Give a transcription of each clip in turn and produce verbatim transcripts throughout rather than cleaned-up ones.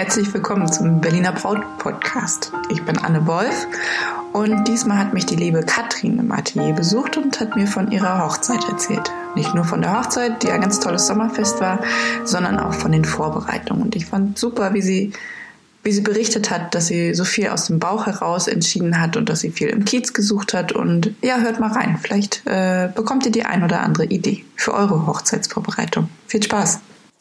Herzlich willkommen zum Berliner Braut-Podcast. Ich bin Anne Wolf und diesmal hat mich die liebe Katrin im Atelier besucht und hat mir von ihrer Hochzeit erzählt. Nicht nur von der Hochzeit, die ein ganz tolles Sommerfest war, sondern auch von den Vorbereitungen. Und ich fand super, wie sie, wie sie berichtet hat, dass sie so viel aus dem Bauch heraus entschieden hat und dass sie viel im Kiez gesucht hat. Und ja, hört mal rein. Vielleicht äh, bekommt ihr die ein oder andere Idee für eure Hochzeitsvorbereitung. Viel Spaß!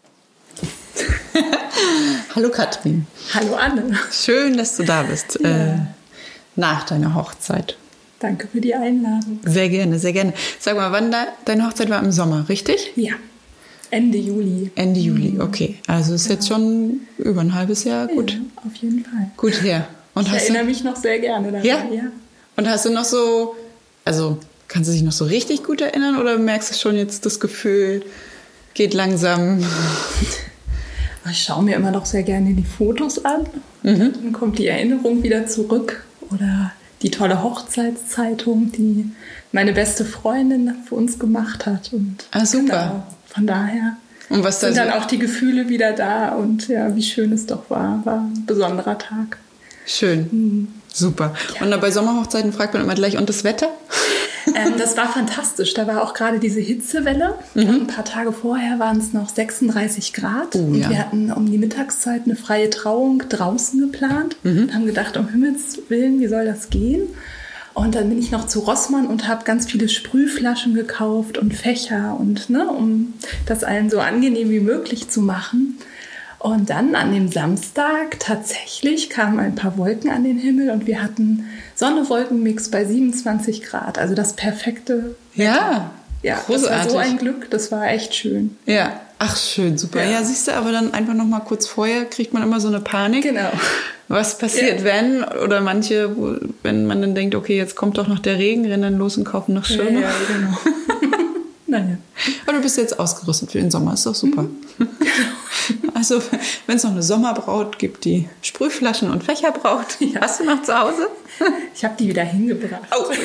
Hallo Katrin. Hallo Anne. Schön, dass du da bist, ja. äh, nach deiner Hochzeit. Danke für die Einladung. Sehr gerne, sehr gerne. Sag mal, wann da, deine Hochzeit war im Sommer, richtig? Ja, Ende Juli. Ende Juli, okay. Also ist ja. jetzt schon über ein halbes Jahr, gut. Ja, auf jeden Fall. Gut her. Und ich hast erinnere du, mich noch sehr gerne daran. Ja? ja? Und hast du noch so, also kannst du dich noch so richtig gut erinnern oder merkst du schon jetzt das Gefühl, geht langsam... Ich schaue mir immer noch sehr gerne die Fotos an. Mhm. Dann kommt die Erinnerung wieder zurück. Oder die tolle Hochzeitszeitung, die meine beste Freundin für uns gemacht hat. Und ah, super. Genau, von daher und was sind da dann so auch die Gefühle wieder da. Und ja, wie schön es doch war. War ein besonderer Tag. Schön. Mhm. Super. Ja. Und bei Sommerhochzeiten fragt man immer gleich, und das Wetter? ähm, das war fantastisch. Da war auch gerade diese Hitzewelle. Mhm. Ein paar Tage vorher waren es noch sechsunddreißig Grad. Oh, und ja. wir hatten um die Mittagszeit eine freie Trauung draußen geplant. Mhm. Und haben gedacht, um Himmels Willen, wie soll das gehen? Und dann bin ich noch zu Rossmann und habe ganz viele Sprühflaschen gekauft und Fächer, und, ne, um das allen so angenehm wie möglich zu machen. Und dann an dem Samstag tatsächlich kamen ein paar Wolken an den Himmel und wir hatten Sonne-Wolken-Mix bei siebenundzwanzig Grad. Also das perfekte Wetter. Ja, ja, großartig. Das war so ein Glück, das war echt schön. Ja, ach schön, super. Ja, ja, siehst du, aber dann einfach noch mal kurz vorher kriegt man immer so eine Panik. Genau. Was passiert, ja. wenn, oder manche, wenn man dann denkt, okay, jetzt kommt doch noch der Regen, rennen dann los und kaufen noch Schirme. Ja, ja, genau. Naja. Aber du bist jetzt ausgerüstet für den Sommer, ist doch super. Mhm. Also, wenn es noch eine Sommerbraut gibt, die Sprühflaschen und Fächer braucht, ja. Hast du noch zu Hause? Ich habe die wieder hingebracht. Oh, das,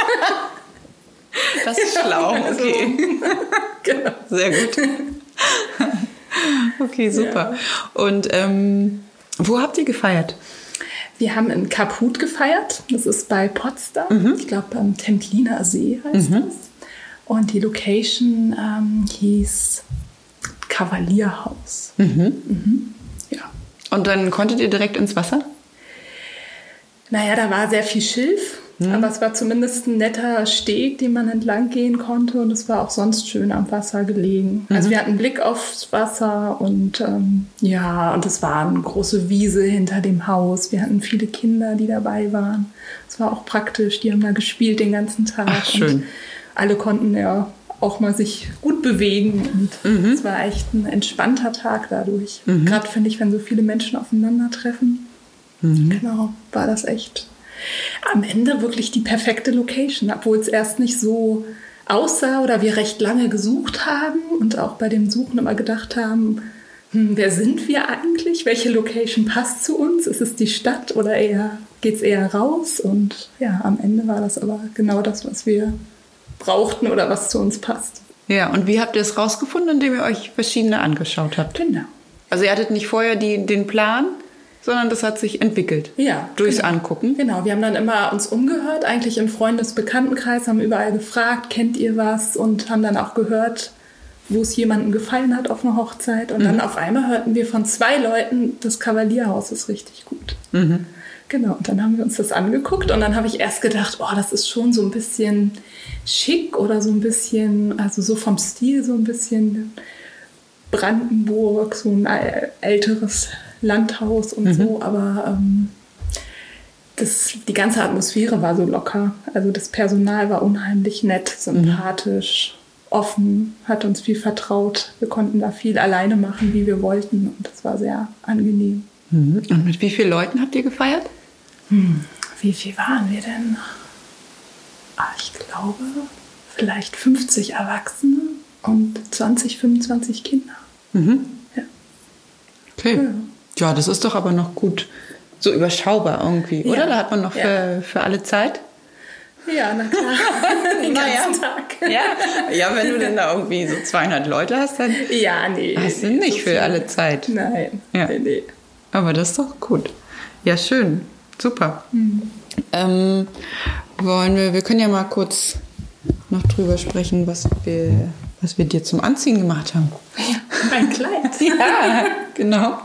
das ist schlau, okay. Genau. Sehr gut. Okay, super. Ja. Und ähm, wo habt ihr gefeiert? Wir haben in Kaput gefeiert. Das ist bei Potsdam. Mhm. Ich glaube, am Templiner See heißt mhm. das. Und die Location ähm, hieß Kavalierhaus. Mhm. Mhm. Ja. Und dann konntet ihr direkt ins Wasser? Naja, da war sehr viel Schilf. Mhm. Aber es war zumindest ein netter Steg, den man entlang gehen konnte. Und es war auch sonst schön am Wasser gelegen. Mhm. Also wir hatten einen Blick aufs Wasser. Und ähm, ja, und es war eine große Wiese hinter dem Haus. Wir hatten viele Kinder, die dabei waren. Es war auch praktisch. Die haben da gespielt den ganzen Tag. Ach, schön. Und alle konnten ja auch mal sich gut bewegen. Und mhm. es war echt ein entspannter Tag dadurch. Mhm. Gerade finde ich, wenn so viele Menschen aufeinandertreffen. Mhm. Genau, war das echt am Ende wirklich die perfekte Location. Obwohl es erst nicht so aussah oder wir recht lange gesucht haben und auch bei dem Suchen immer gedacht haben, hm, wer sind wir eigentlich? Welche Location passt zu uns? Ist es die Stadt oder eher geht es eher raus? Und ja, am Ende war das aber genau das, was wir brauchten oder was zu uns passt. Ja, und wie habt ihr es rausgefunden, indem ihr euch verschiedene angeschaut habt? Genau. Also ihr hattet nicht vorher die, den Plan, sondern das hat sich entwickelt. Ja. Durchs genau. Angucken. Genau, wir haben dann immer uns umgehört, eigentlich im Freundes-Bekanntenkreis, haben überall gefragt, kennt ihr was? Und haben dann auch gehört, wo es jemandem gefallen hat auf einer Hochzeit. Und mhm. dann auf einmal hörten wir von zwei Leuten, das Kavalierhaus ist richtig gut. Mhm. Genau, und dann haben wir uns das angeguckt und dann habe ich erst gedacht, oh, das ist schon so ein bisschen schick oder so ein bisschen, also so vom Stil so ein bisschen Brandenburg, so ein älteres Landhaus und mhm. so, aber ähm, das, die ganze Atmosphäre war so locker. Also das Personal war unheimlich nett, sympathisch, mhm. offen, hat uns viel vertraut. Wir konnten da viel alleine machen, wie wir wollten und das war sehr angenehm. Mhm. Und mit wie vielen Leuten habt ihr gefeiert? Hm, wie viel waren wir denn? Ah, ich glaube, vielleicht fünfzig Erwachsene und zwanzig, fünfundzwanzig Kinder. Mhm. Ja. Okay. Ja. ja, das ist doch aber noch gut, so überschaubar irgendwie, ja. Oder? Da hat man noch ja. für, für alle Zeit. Ja, na klar. Den naja. ganzen Tag. Ja. ja, wenn du denn da irgendwie so zweihundert Leute hast, dann ja, nee, hast du nee, nicht so für viel. alle Zeit. Nein, ja. nee, nee. Aber das ist doch gut. Ja, schön. Super. Mhm. Ähm, wollen wir, wir können ja mal kurz noch drüber sprechen, was wir, was wir dir zum Anziehen gemacht haben. Ja, ein Kleid. Ja, genau.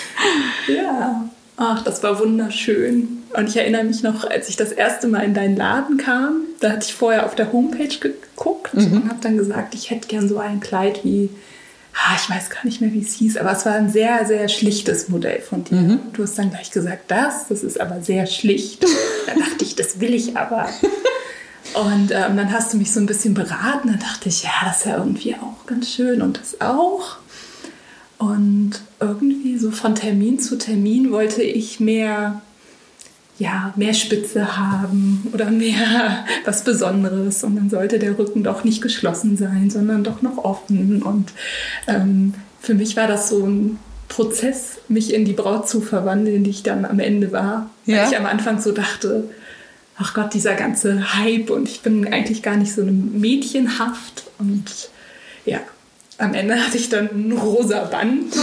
Ja. Ach, das war wunderschön. Und ich erinnere mich noch, als ich das erste Mal in deinen Laden kam, da hatte ich vorher auf der Homepage geguckt mhm. und habe dann gesagt, ich hätte gern so ein Kleid wie, ah, ich weiß gar nicht mehr, wie es hieß, aber es war ein sehr, sehr schlichtes Modell von dir. Mhm. Du hast dann gleich gesagt, das, das ist aber sehr schlicht. Da dachte ich, das will ich aber. Und ähm, dann hast du mich so ein bisschen beraten. Dann dachte ich, ja, das ist ja irgendwie auch ganz schön und das auch. Und irgendwie so von Termin zu Termin wollte ich mehr, ja, mehr Spitze haben oder mehr was Besonderes. Und dann sollte der Rücken doch nicht geschlossen sein, sondern doch noch offen. Und ähm, für mich war das so ein Prozess, mich in die Braut zu verwandeln, die ich dann am Ende war. Ja. Weil ich am Anfang so dachte, ach Gott, dieser ganze Hype und ich bin eigentlich gar nicht so mädchenhaft. Und ja, am Ende hatte ich dann ein rosa Band,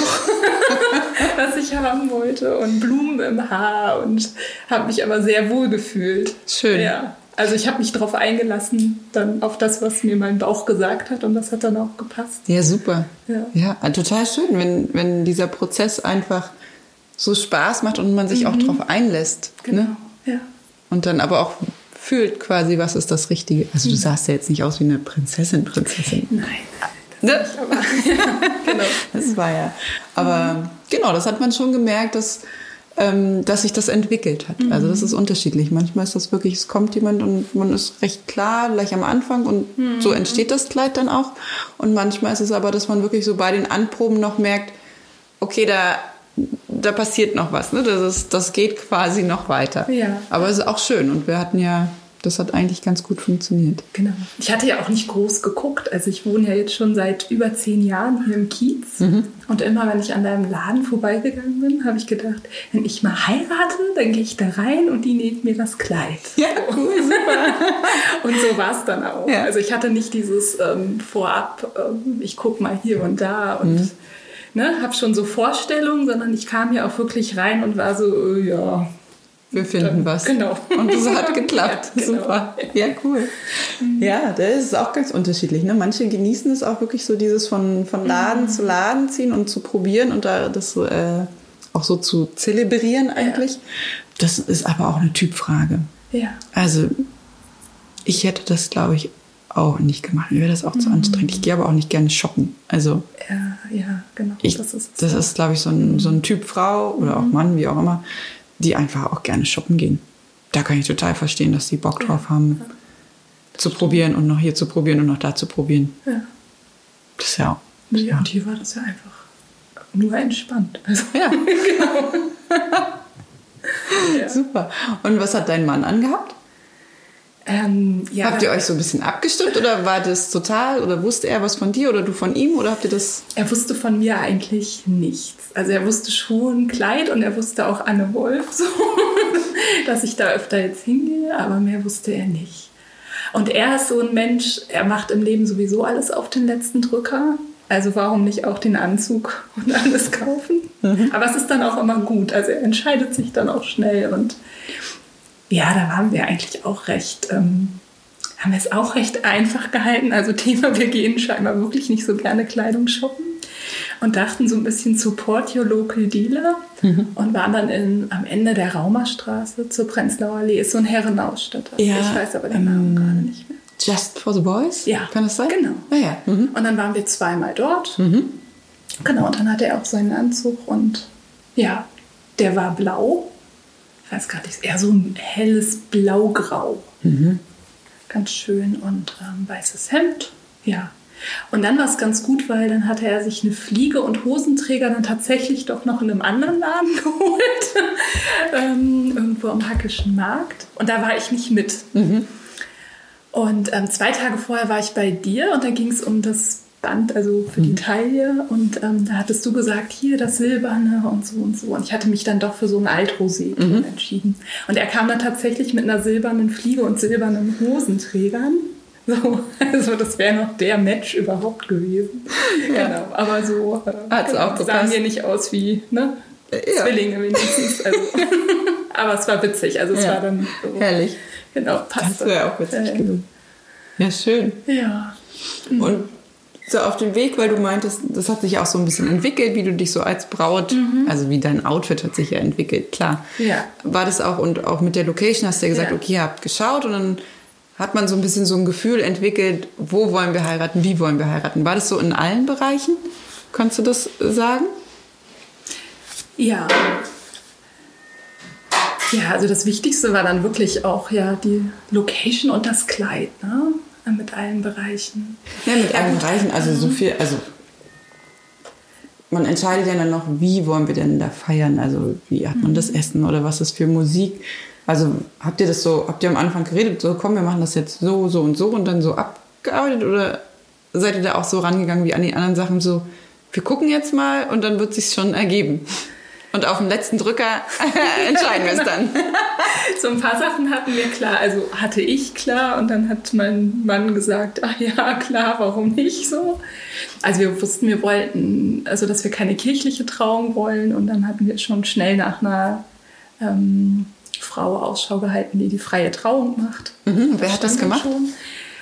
was ich haben wollte und Blumen im Haar und habe mich aber sehr wohl gefühlt. Schön. Ja. Also ich habe mich darauf eingelassen, dann auf das, was mir mein Bauch gesagt hat und das hat dann auch gepasst. Ja, super. Ja, ja, total schön, wenn, wenn dieser Prozess einfach so Spaß macht und man sich mhm. auch darauf einlässt. Genau, ne? Ja. Und dann aber auch fühlt quasi, was ist das Richtige. Also du sahst ja jetzt nicht aus wie eine Prinzessin, Prinzessin. Nein, das, ne? nicht, aber, ja, genau. Das war ja. Aber mhm. genau, das hat man schon gemerkt, dass, ähm, dass sich das entwickelt hat. Mhm. Also das ist unterschiedlich. Manchmal ist das wirklich, es kommt jemand und man ist recht klar, gleich am Anfang und mhm. so entsteht das Kleid dann auch. Und manchmal ist es aber, dass man wirklich so bei den Anproben noch merkt, okay, da... da passiert noch was, ne? Das ist, das geht quasi noch weiter. Ja. Aber es ist auch schön und wir hatten ja, das hat eigentlich ganz gut funktioniert. Genau. Ich hatte ja auch nicht groß geguckt, also ich wohne ja jetzt schon seit über zehn Jahren hier im Kiez mhm. und immer, wenn ich an deinem Laden vorbeigegangen bin, habe ich gedacht, wenn ich mal heirate, dann gehe ich da rein und die näht mir das Kleid. Ja, cool, super. Und so war es dann auch. Ja. Also ich hatte nicht dieses ähm, Vorab, ähm, ich gucke mal hier und da und mhm. Ne, habe schon so Vorstellungen, sondern ich kam hier auch wirklich rein und war so, äh, ja. Wir finden dann, was. Genau. Und das hat geklappt. Ja, genau. Super. Ja, cool. Mhm. Ja, das ist auch ganz unterschiedlich. Ne? Manche genießen es auch wirklich so, dieses von, von Laden mhm. zu Laden ziehen und zu probieren und da das äh, auch so zu zelebrieren eigentlich. Ja. Das ist aber auch eine Typfrage. Ja. Also ich hätte das, glaube ich, auch nicht gemacht. Mir wäre das auch mhm. zu anstrengend. Ich gehe aber auch nicht gerne shoppen. Also ja, ja, genau. Ich, das ist, das ist glaube ich, so ein, so ein Typ Frau oder auch Mann, wie auch immer, die einfach auch gerne shoppen gehen. Da kann ich total verstehen, dass die Bock drauf ja, haben, ja. zu probieren und noch hier zu probieren und noch da zu probieren. Ja. Das ist ja auch. Ja, und hier war das ja einfach nur entspannt. Also, ja, genau. ja. Super. Und was hat dein Mann angehabt? Ähm, ja, habt ihr euch so ein bisschen abgestimmt oder war das total oder wusste er was von dir oder du von ihm oder habt ihr das? Er wusste von mir eigentlich nichts. Also er wusste schon Kleid und er wusste auch Anne Wolf, so, dass ich da öfter jetzt hingehe, aber mehr wusste er nicht. Und er ist so ein Mensch, er macht im Leben sowieso alles auf den letzten Drücker. Also warum nicht auch den Anzug und alles kaufen? Mhm. Aber es ist dann auch immer gut. Also er entscheidet sich dann auch schnell und ja, da waren wir eigentlich auch recht, ähm, haben wir es auch recht einfach gehalten. Also Thema, wir gehen scheinbar wirklich nicht so gerne Kleidung shoppen und dachten so ein bisschen support your local dealer mhm. und waren dann in, am Ende der Raumerstraße zur Prenzlauer Allee. Ist so ein Herrenausstatter. Ja, ich weiß aber den Namen ähm, gerade nicht mehr. Just for the Boys? Ja. Kann das sein? Genau. Ah, ja. Mhm. Und dann waren wir zweimal dort. Mhm. Genau, und dann hatte er auch seinen Anzug und ja, der war blau. Ich weiß gar nicht, eher so ein helles Blaugrau. Mhm. Ganz schön und ähm, weißes Hemd. Ja. Und dann war es ganz gut, weil dann hatte er sich eine Fliege und Hosenträger dann tatsächlich doch noch in einem anderen Laden geholt. ähm, irgendwo am Hackischen Markt. Und da war ich nicht mit. Mhm. Und ähm, zwei Tage vorher war ich bei dir und da ging es um das Band, also für die Taille. Und ähm, da hattest du gesagt, hier das Silberne und so und so. Und ich hatte mich dann doch für so ein Altrosé mhm. entschieden. Und er kam dann tatsächlich mit einer silbernen Fliege und silbernen Hosenträgern. So, also das wäre noch der Match überhaupt gewesen. Ja. Genau, aber so Hat's genau, auch sahen wir nicht aus wie, ne? Ja. Zwillinge wenigstens. Also. Aber es war witzig. Also es Ja. war dann so. Herrlich. Genau, passt. Das wäre auch witzig äh, gewesen. Ja, schön. Ja. Und so auf dem Weg, weil du meintest, das hat sich auch so ein bisschen entwickelt, wie du dich so als Braut, Mhm. also wie dein Outfit hat sich ja entwickelt, klar. Ja. War das auch, und auch mit der Location hast du ja gesagt, Ja. okay, ihr habt geschaut und dann hat man so ein bisschen so ein Gefühl entwickelt, wo wollen wir heiraten, wie wollen wir heiraten. War das so in allen Bereichen? Kannst du das sagen? Ja. Ja, also das Wichtigste war dann wirklich auch ja die Location und das Kleid, ne? Mit allen Bereichen. Ja, mit allen Bereichen, also so viel, also man entscheidet ja dann noch, wie wollen wir denn da feiern, also wie hat man das Essen oder was ist für Musik. Also habt ihr das so, habt ihr am Anfang geredet, so komm, wir machen das jetzt so, so und so und dann so abgearbeitet, oder seid ihr da auch so rangegangen wie an die anderen Sachen, so wir gucken jetzt mal und dann wird sich's schon ergeben? Und auf dem letzten Drücker entscheiden wir es dann. So ein paar Sachen hatten wir klar, also hatte ich klar, und dann hat mein Mann gesagt, ach ja, klar, warum nicht so? Also wir wussten, wir wollten, also dass wir keine kirchliche Trauung wollen, und dann hatten wir schon schnell nach einer ähm, Frau Ausschau gehalten, die die freie Trauung macht. Mhm, wer hat das stand gemacht? schon.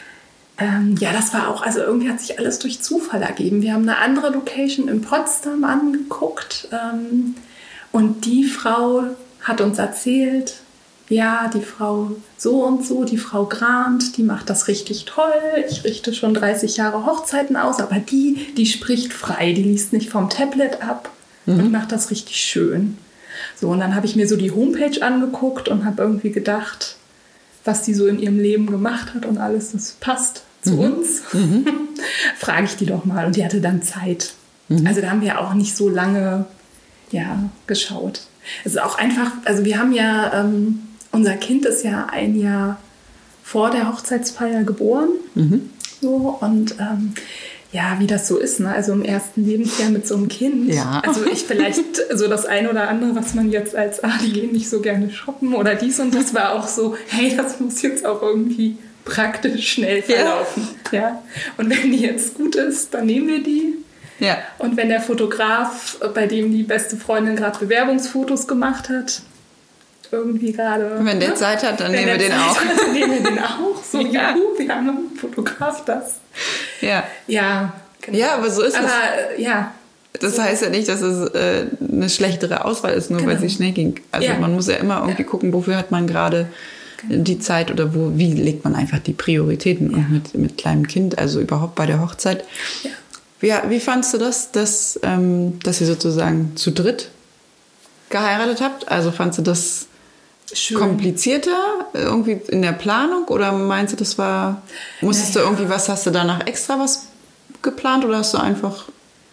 Ähm, ja, das war auch, also irgendwie hat sich alles durch Zufall ergeben. Wir haben eine andere Location in Potsdam angeguckt, ähm, und die Frau hat uns erzählt, ja, die Frau so und so, die Frau Grant, die macht das richtig toll. Ich richte schon dreißig Jahre Hochzeiten aus, aber die, die spricht frei, die liest nicht vom Tablet ab mhm. und macht das richtig schön. So, und dann habe ich mir so die Homepage angeguckt und habe irgendwie gedacht, was die so in ihrem Leben gemacht hat und alles, das passt zu mhm. uns. Mhm. Frage ich die doch mal. Und die hatte dann Zeit. Mhm. Also da haben wir auch nicht so lange ja, geschaut. Es ist auch einfach, also wir haben ja, ähm, unser Kind ist ja ein Jahr vor der Hochzeitsfeier geboren. Mhm. So, und ähm, ja, wie das so ist, ne? Also im ersten Lebensjahr mit so einem Kind. Ja. Also ich vielleicht so das ein oder andere, was man jetzt als, ah, die gehen nicht so gerne shoppen oder dies und das, war auch so, hey, das muss jetzt auch irgendwie praktisch schnell verlaufen. Ja. Ja. Und wenn die jetzt gut ist, dann nehmen wir die. Ja. Und wenn der Fotograf, bei dem die beste Freundin gerade Bewerbungsfotos gemacht hat, irgendwie gerade... Wenn der ne? Zeit hat, dann wenn nehmen wir den Zeit auch. Hat, dann nehmen wir den auch. So, ja. juhu, wir haben einen Fotograf, das. Ja. Ja, genau. Ja, aber so ist aber, es. Aber, ja. Das so. heißt ja nicht, dass es äh, eine schlechtere Auswahl ist, nur genau. weil sie schnell ging. Also ja. man muss ja immer irgendwie ja. gucken, wofür hat man gerade genau. die Zeit oder wo, wie legt man einfach die Prioritäten. Ja. Und mit, mit kleinem Kind, also überhaupt bei der Hochzeit. Ja. Wie, wie fandst du das, dass, ähm, dass ihr sozusagen zu dritt geheiratet habt? Also fandst du das schön. Komplizierter irgendwie in der Planung, oder meinst du, das war, musstest naja. du irgendwie was, hast du danach extra was geplant oder hast du einfach...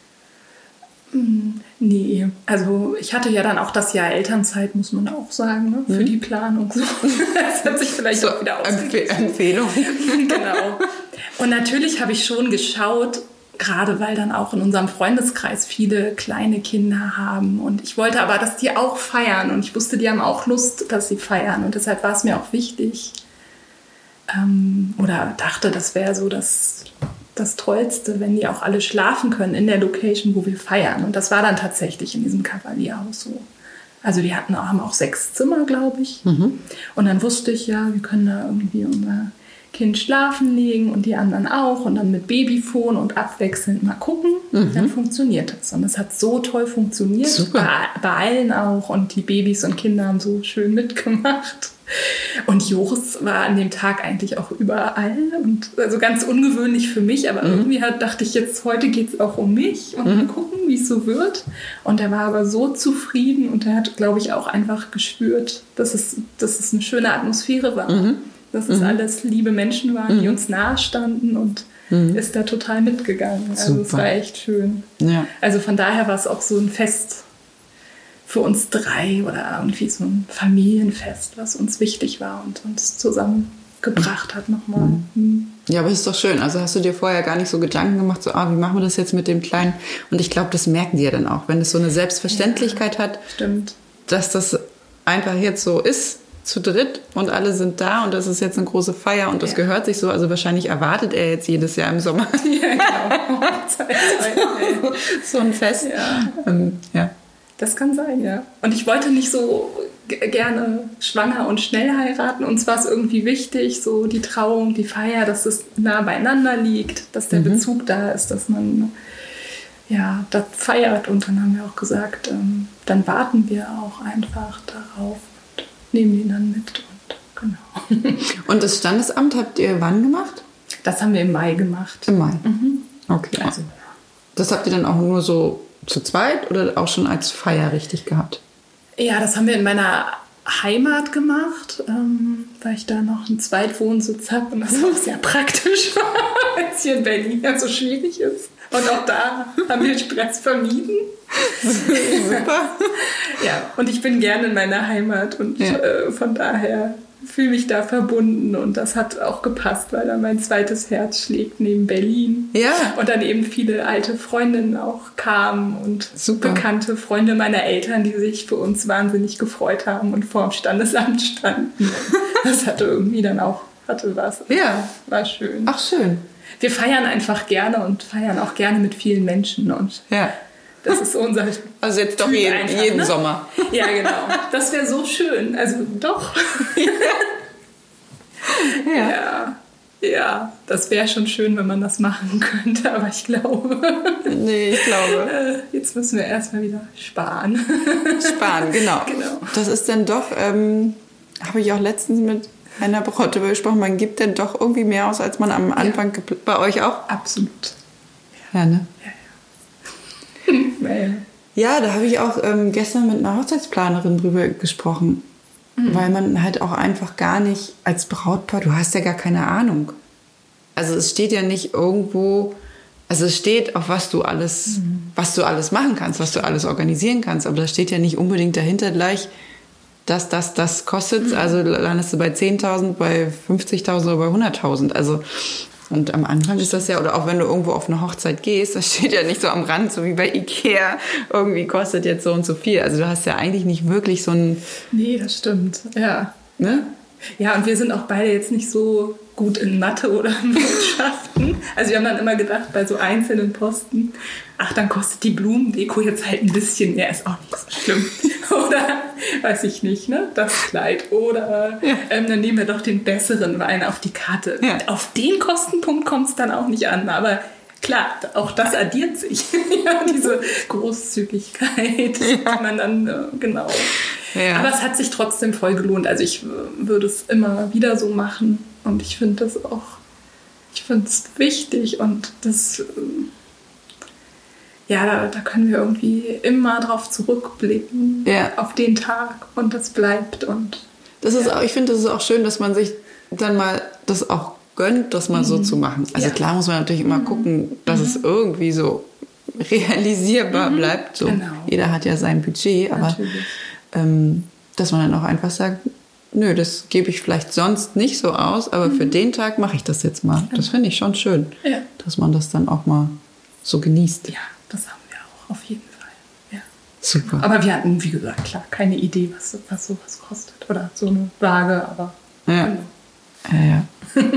Nee, also ich hatte ja dann auch das Jahr Elternzeit, muss man auch sagen, ne, für hm. die Planung. So. Das hat sich vielleicht so auch wieder ausgegeben. Empf- Empfehlung. Genau. Und natürlich habe ich schon geschaut, gerade weil dann auch in unserem Freundeskreis viele kleine Kinder haben. Und ich wollte aber, dass die auch feiern. Und ich wusste, die haben auch Lust, dass sie feiern. Und deshalb war es mir auch wichtig. Ähm, oder dachte, das wäre so das, das Tollste, wenn die auch alle schlafen können in der Location, wo wir feiern. Und das war dann tatsächlich in diesem Kavalierhaus so. Also die hatten, haben auch sechs Zimmer, glaube ich. Mhm. Und dann wusste ich, ja, wir können da irgendwie unser Kind schlafen legen und die anderen auch und dann mit Babyphone und abwechselnd mal gucken, mhm. dann funktioniert das. Und das hat so toll funktioniert, Super. Bei, bei allen auch, und die Babys und Kinder haben so schön mitgemacht. Und Joris war an dem Tag eigentlich auch überall, und also ganz ungewöhnlich für mich, aber mhm. irgendwie hat, dachte ich jetzt, heute geht es auch um mich und mhm. mal gucken, wie es so wird. Und er war aber so zufrieden, und er hat, glaube ich, auch einfach gespürt, dass es, dass es eine schöne Atmosphäre war. Mhm. Dass es mhm. alles liebe Menschen waren, mhm. die uns nahe standen, und mhm. ist da total mitgegangen. Also es war echt schön. Ja. Also von daher war es auch so ein Fest für uns drei oder irgendwie so ein Familienfest, was uns wichtig war und uns zusammengebracht hat nochmal. Mhm. Ja, aber es ist doch schön. Also hast du dir vorher gar nicht so Gedanken gemacht, so, ah, wie machen wir das jetzt mit dem Kleinen? Und ich glaube, das merken die ja dann auch, wenn es so eine Selbstverständlichkeit ja, hat, stimmt. dass das einfach jetzt so ist, zu dritt, und alle sind da, und das ist jetzt eine große Feier und das ja. gehört sich so. Also wahrscheinlich erwartet er jetzt jedes Jahr im Sommer ja, genau. so ein Fest. Ja. Ähm, ja. Das kann sein, ja. Und ich wollte nicht so g- gerne schwanger und schnell heiraten. Uns war es irgendwie wichtig, so die Trauung, die Feier, dass es nah beieinander liegt, dass der mhm. Bezug da ist, dass man ja das feiert. Und dann haben wir auch gesagt, ähm, dann warten wir auch einfach darauf und nehmen ihn dann mit. Und genau. Und das Standesamt habt ihr wann gemacht? Das haben wir im Mai gemacht. Im Mai? Mhm. Okay. Also, das habt ihr dann auch nur so zu zweit oder auch schon als Feier richtig gehabt? ja, das haben wir in meiner Heimat gemacht, ähm, weil ich da noch einen Zweitwohnsitz habe und das auch sehr praktisch war, weil es hier in Berlin ja so schwierig ist. Und auch da haben wir Stress vermieden. Super. Ja, und ich bin gerne in meiner Heimat und ja. äh, von daher fühle mich da verbunden und das hat auch gepasst, weil da mein zweites Herz schlägt neben Berlin. Ja. Und dann eben viele alte Freundinnen auch kamen und Super. bekannte Freunde meiner Eltern, die sich für uns wahnsinnig gefreut haben und vor dem Standesamt standen. Das hatte irgendwie dann auch, hatte was. Ja. War schön. Ach, schön. Wir feiern einfach gerne und feiern auch gerne mit vielen Menschen und ja. das ist unser Also jetzt doch Typ jeden, einfach, jeden ne? Sommer. Ja, genau. Das wäre so schön. Also doch. Ja. Ja, ja, das wäre schon schön, wenn man das machen könnte, aber ich glaube, Nee, ich glaube. äh, jetzt müssen wir erstmal wieder sparen. Sparen, genau. Genau. Das ist dann doch, ähm, habe ich auch letztens mit einer Braut darüber gesprochen, man gibt dann doch irgendwie mehr aus, als man am Anfang, ja. gepl- bei euch auch? Absolut. Ja, ne? Ja, ja. Ja, da habe ich auch ähm, gestern mit einer Hochzeitsplanerin drüber gesprochen. Mhm. Weil man halt auch einfach gar nicht als Brautpaar, du hast ja gar keine Ahnung. Also es steht ja nicht irgendwo, also es steht, auf was du alles, mhm. was du alles machen kannst, was du alles organisieren kannst, aber da steht ja nicht unbedingt dahinter gleich, dass das, das kostet, mhm. also landest du bei zehntausend, bei fünfzigtausend oder bei hunderttausend, also und am Anfang ist das ja, oder auch wenn du irgendwo auf eine Hochzeit gehst, das steht ja nicht so am Rand, so wie bei Ikea, irgendwie kostet jetzt so und so viel. Also du hast ja eigentlich nicht wirklich so ein... Nee, das stimmt, ja. Ne? Ja, und wir sind auch beide jetzt nicht so gut in Mathe oder Wirtschaften. Also wir haben dann immer gedacht, bei so einzelnen Posten, ach, dann kostet die Blumendeko jetzt halt ein bisschen mehr, ist auch nicht so schlimm. Oder, weiß ich nicht, ne, das Kleid. Oder ja. ähm, dann nehmen wir doch den besseren Wein auf die Karte. Ja. Auf den Kostenpunkt kommt es dann auch nicht an, aber klar, auch das addiert sich. Ja, diese Großzügigkeit, ja. die man dann, äh, genau. Ja. Aber es hat sich trotzdem voll gelohnt. Also ich würde es immer wieder so machen. Und ich finde das auch, ich finde es wichtig. Und das, ja, da, da können wir irgendwie immer drauf zurückblicken. Ja. Auf den Tag. Und das bleibt. Und das ist ja. auch, ich finde, das ist auch schön, dass man sich dann mal das auch gönnt, das mal mhm. so zu machen. Also ja. klar muss man natürlich immer mhm. gucken, dass mhm. es irgendwie so realisierbar mhm. bleibt. So. Genau. Jeder hat ja sein Budget, aber Natürlich. ähm, dass man dann auch einfach sagt, nö, das gebe ich vielleicht sonst nicht so aus, aber mhm. für den Tag mache ich das jetzt mal. Das finde ich schon schön, ja. dass man das dann auch mal so genießt. Ja, das haben wir auch, auf jeden Fall. Ja. Super. Aber wir hatten, wie gesagt, klar, keine Idee, was, was sowas kostet. Oder so eine Waage, aber... Ja, genau. ja, ja.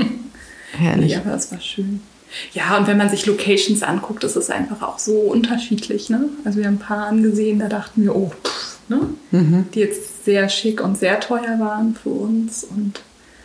Herrlich. Ja, aber das war schön. Ja, und wenn man sich Locations anguckt, ist es einfach auch so unterschiedlich. Ne? Also wir haben ein paar angesehen, da dachten wir, oh, pff, ne? Mhm. Die jetzt sehr schick und sehr teuer waren für uns. Und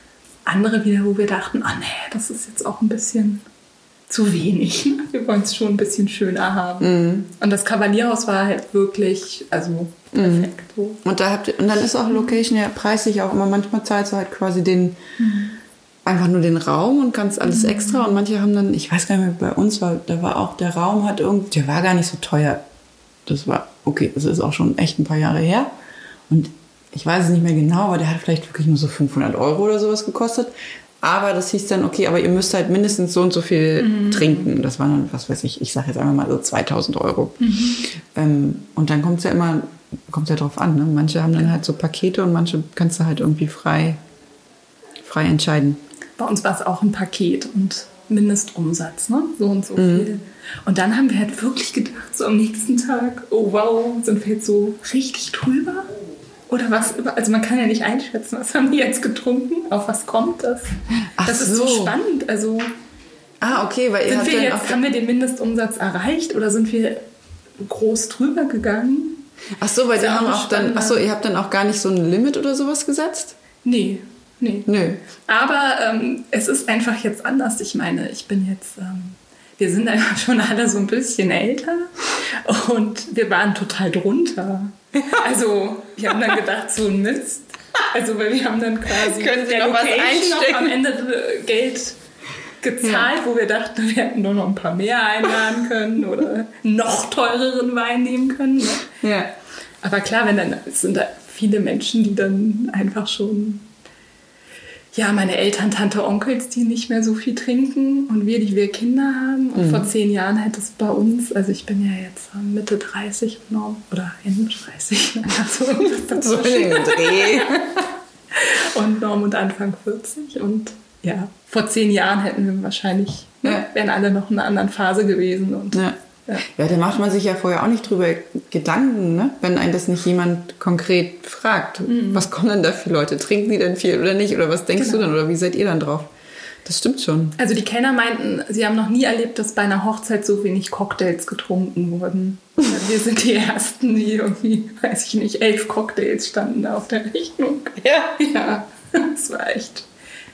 andere wieder, wo wir dachten, ah nee, das ist jetzt auch ein bisschen zu wenig. Wir wollen es schon ein bisschen schöner haben. Mhm. Und das Kavalierhaus war halt wirklich, also perfekt. Mhm. Und, da habt ihr, und dann ist auch Location ja preislich auch immer, manchmal zahlst du halt quasi den... Mhm. einfach nur den Raum und kannst alles mhm. extra. Und manche haben dann, ich weiß gar nicht mehr, bei uns war, da war auch, der Raum hat irgendwie, der war gar nicht so teuer. Das war, okay, das ist auch schon echt ein paar Jahre her. Und ich weiß es nicht mehr genau, aber der hat vielleicht wirklich nur so fünfhundert Euro oder sowas gekostet. Aber das hieß dann, okay, aber ihr müsst halt mindestens so und so viel mhm. trinken. Das waren dann, was weiß ich, ich sage jetzt einfach mal so zweitausend Euro. Mhm. Ähm, und dann kommt es ja immer, kommt ja drauf an, ne? Manche haben dann halt so Pakete und manche kannst du halt irgendwie frei, frei entscheiden. Bei uns war es auch ein Paket und Mindestumsatz, ne? So und so mhm. viel. Und dann haben wir halt wirklich gedacht, so am nächsten Tag, oh wow, sind wir jetzt so richtig drüber? Oder was? Also man kann ja nicht einschätzen, was haben die jetzt getrunken? Auf was kommt das? Ach das ist so. so spannend. Also ah, okay, weil ihr sind wir dann jetzt, auch haben wir den Mindestumsatz erreicht oder sind wir groß drüber gegangen? Ach so, weil Ist die ja haben auch auch dann, Standard. ach so, ihr habt dann auch gar nicht so ein Limit oder sowas gesetzt? Nee, nee. Nö. Aber ähm, es ist einfach jetzt anders. Ich meine, ich bin jetzt, ähm, wir sind einfach schon alle so ein bisschen älter und wir waren total drunter. Also wir haben dann gedacht, so ein Mist. Also weil wir haben dann quasi Können Sie der noch was Location einstecken? noch am Ende äh, Geld gezahlt, wo wir dachten, wir hätten nur noch ein paar mehr einladen können oder noch teureren Wein nehmen können. Ne? Ja. Aber klar, wenn dann es sind da viele Menschen, die dann einfach schon, ja, meine Eltern, Tante, Onkels, die nicht mehr so viel trinken und wir, die wir Kinder haben. Und mhm. vor zehn Jahren hätte es bei uns, also ich bin ja jetzt Mitte dreißig Norm, oder Ende dreißig, also so in den Dreh. Und Norm und Anfang vierzig. Und ja, vor zehn Jahren hätten wir wahrscheinlich, ja. ne, wären alle noch in einer anderen Phase gewesen. Und ja. Ja. ja, da macht man sich ja vorher auch nicht drüber Gedanken, ne? Wenn einen das nicht jemand konkret fragt. Mhm. Was kommen denn da für Leute? Trinken die denn viel oder nicht? Oder was denkst genau. du dann? Oder wie seid ihr dann drauf? Das stimmt schon. Also die Kellner meinten, sie haben noch nie erlebt, dass bei einer Hochzeit so wenig Cocktails getrunken wurden. Wir sind die Ersten, die irgendwie, weiß ich nicht, elf Cocktails standen da auf der Rechnung. Ja. Ja, das war echt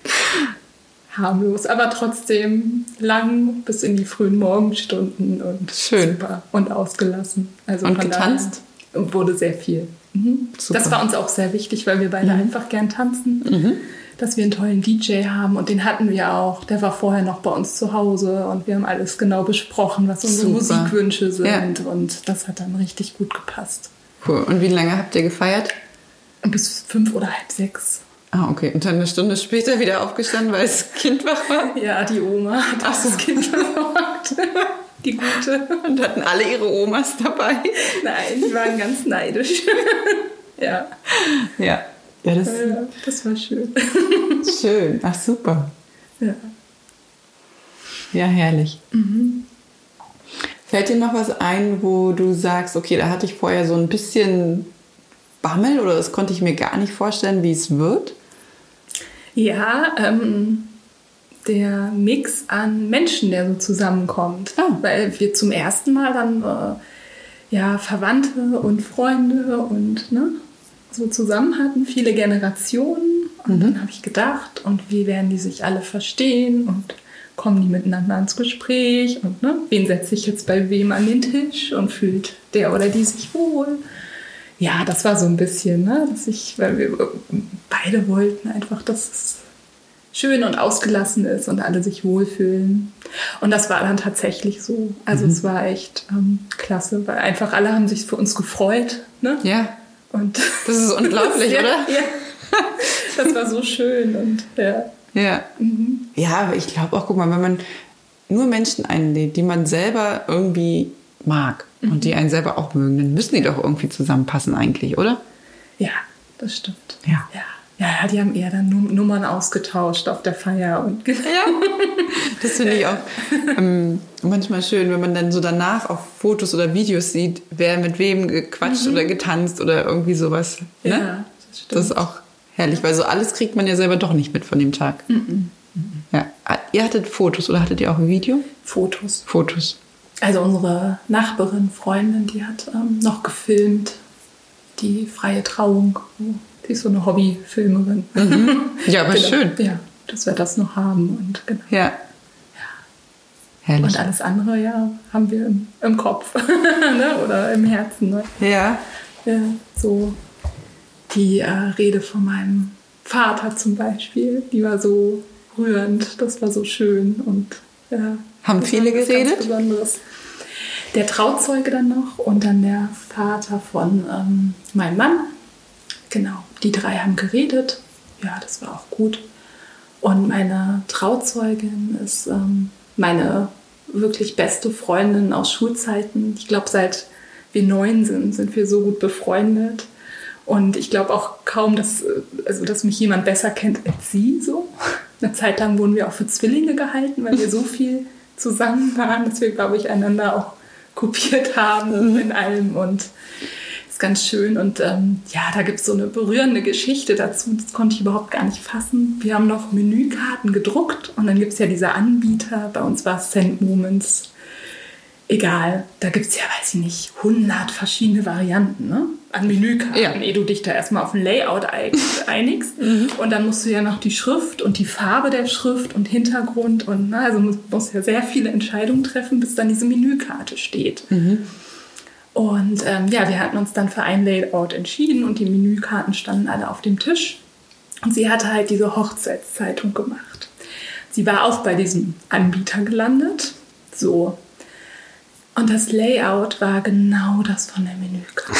harmlos, aber trotzdem lang bis in die frühen Morgenstunden und schön super und ausgelassen. Also und getanzt? Wurde sehr viel. Mhm. Das war uns auch sehr wichtig, weil wir beide mhm. einfach gern tanzen, mhm. dass wir einen tollen D J haben und den hatten wir auch. Der war vorher noch bei uns zu Hause und wir haben alles genau besprochen, was unsere super. Musikwünsche sind ja. und das hat dann richtig gut gepasst. Cool. Und wie lange habt ihr gefeiert? Bis fünf oder halb sechs. Ah, okay. Und dann eine Stunde später wieder aufgestanden, weil das Kind wach war? Ja, die Oma hat Ach so. das Kind versorgt. Die Gute. Und hatten alle ihre Omas dabei? Nein, die waren ganz neidisch. Ja. Ja. Ja, das, ja, das war schön. Schön. Ach, super. Ja. Ja, herrlich. Mhm. Fällt dir noch was ein, wo du sagst, okay, da hatte ich vorher so ein bisschen Bammel oder das konnte ich mir gar nicht vorstellen, wie es wird? Ja, ähm, der Mix an Menschen, der so zusammenkommt. Oh. Weil wir zum ersten Mal dann äh, ja, Verwandte und Freunde und ne, so zusammen hatten, viele Generationen. Und mhm. dann habe ich gedacht, und wie werden die sich alle verstehen und kommen die miteinander ins Gespräch und ne, wen setze ich jetzt bei wem an den Tisch und fühlt der oder die sich wohl? Ja, das war so ein bisschen, ne, dass ich, weil wir beide wollten einfach, dass es schön und ausgelassen ist und alle sich wohlfühlen. Und das war dann tatsächlich so. Also mhm. es war echt ähm, klasse, weil einfach alle haben sich für uns gefreut. Ne? Ja. Und das ist unglaublich, das, oder? Ja. Das war so schön und ja. Ja. Mhm. Ja, aber ich glaube auch, guck mal, wenn man nur Menschen einlädt, die man selber irgendwie mag mhm. und die einen selber auch mögen, dann müssen die doch irgendwie zusammenpassen eigentlich, oder? Ja, das stimmt. Ja. Ja. Ja, die haben eher dann Nummern ausgetauscht auf der Feier. Und ja, das finde ich auch ähm, manchmal schön, wenn man dann so danach auf Fotos oder Videos sieht, wer mit wem gequatscht mhm. oder getanzt oder irgendwie sowas. Ne? Ja, das stimmt. Das ist auch herrlich, weil so alles kriegt man ja selber doch nicht mit von dem Tag. Mhm. Ja. Ihr hattet Fotos oder hattet ihr auch ein Video? Fotos. Fotos. Also unsere Nachbarin, Freundin, die hat ähm, noch gefilmt, die freie Trauung. Die ist so eine Hobbyfilmerin. Mhm. Ja, aber genau. schön. Ja, dass wir das noch haben. Und genau. Ja. Ja. Herrlich. Und alles andere, ja, haben wir im, im Kopf ne? Oder im Herzen. Ne? Ja. Ja. So die äh, Rede von meinem Vater zum Beispiel, die war so rührend, das war so schön. Und ja, haben viele geredet? Ganz Besonderes. Der Trauzeuge dann noch und dann der Vater von ähm, meinem Mann. Genau, die drei haben geredet. Ja, das war auch gut. Und meine Trauzeugin ist ähm, meine wirklich beste Freundin aus Schulzeiten. Ich glaube, seit wir neun sind, sind wir so gut befreundet. Und ich glaube auch kaum, dass, also, dass mich jemand besser kennt als sie. So. Eine Zeit lang wurden wir auch für Zwillinge gehalten, weil wir so viel zusammen waren, dass wir, glaube ich, einander auch kopiert haben in allem. Und ganz schön und ähm, ja, da gibt es so eine berührende Geschichte dazu, das konnte ich überhaupt gar nicht fassen. Wir haben noch Menükarten gedruckt und dann gibt es ja diese Anbieter, bei uns war es Cent Moments, egal, da gibt es ja, weiß ich nicht, hundert verschiedene Varianten, ne? An Menükarten, Ja. ehe du dich da erstmal auf ein Layout einigst. Und dann musst du ja noch die Schrift und die Farbe der Schrift und Hintergrund und na, also musst, musst ja sehr viele Entscheidungen treffen, bis dann diese Menükarte steht. Mhm. Und ähm, ja, wir hatten uns dann für ein Layout entschieden und die Menükarten standen alle auf dem Tisch. Und sie hatte halt diese Hochzeitszeitung gemacht. Sie war auch bei diesem Anbieter gelandet. So. Und das Layout war genau das von der Menükarte.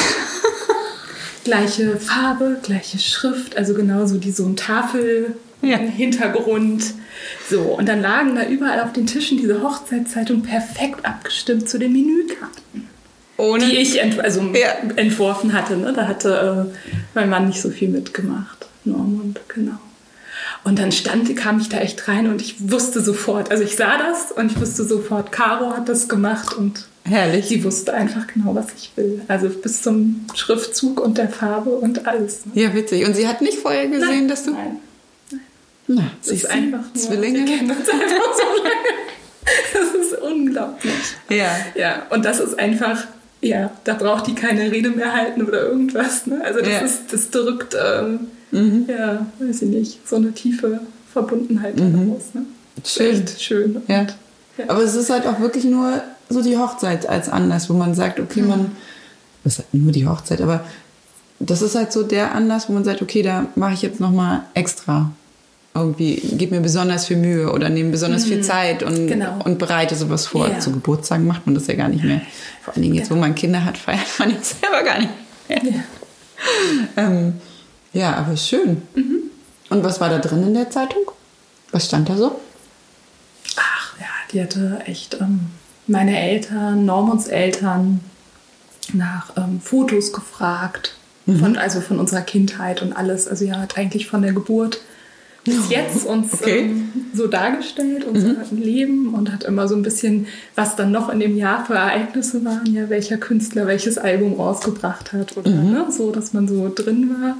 Gleiche Farbe, gleiche Schrift, also genauso die so ein Tafel, Ja. Hintergrund. So, und dann lagen da überall auf den Tischen diese Hochzeitszeitung perfekt abgestimmt zu den Menükarten. Ohne Die ich ent also Ja. entworfen hatte. Ne? Da hatte äh, mein Mann nicht so viel mitgemacht. Normund, genau. Und dann stand, kam ich da echt rein und ich wusste sofort, also ich sah das und ich wusste sofort, Caro hat das gemacht und Herrlich. sie wusste einfach genau, was ich will. Also bis zum Schriftzug und der Farbe und alles. Ne? Ja, witzig. Und sie hat nicht vorher gesehen, Nein, dass du... Nein, Na, das siehst ist du? einfach nur, Zwillinge. wir kennen uns einfach so lange. Das ist unglaublich. Ja. Ja, und das ist einfach, ja, da braucht die keine Rede mehr halten oder irgendwas. Ne? Also das Ja. ist, das drückt, ähm, Mhm. ja, weiß ich nicht, so eine tiefe Verbundenheit daraus. Ne? Schön. Echt schön. Und, Ja. ja. Aber es ist halt auch wirklich nur so die Hochzeit als Anlass, wo man sagt, okay, man, das ist halt nur die Hochzeit, aber das ist halt so der Anlass, wo man sagt, okay, da mache ich jetzt nochmal extra. Irgendwie, gebe mir besonders viel Mühe oder nehme besonders viel Zeit und, Genau. und bereite sowas vor. Ja. Zu Geburtstagen macht man das ja gar nicht mehr. Vor allen Dingen jetzt, wo man Kinder hat, feiert man jetzt selber gar nicht mehr. Ja. Ähm, ja, aber schön. Und was war da drin in der Zeitung? Was stand da so? Ach ja, die hatte echt ähm, meine Eltern, Normunds Eltern nach ähm, Fotos gefragt. Von, also von unserer Kindheit und alles. Also sie hat eigentlich von der Geburt bis jetzt uns Okay. ähm, so dargestellt, unser Leben und hat immer so ein bisschen, was dann noch in dem Jahr für Ereignisse waren, ja, welcher Künstler welches Album rausgebracht hat oder ne, so, dass man so drin war.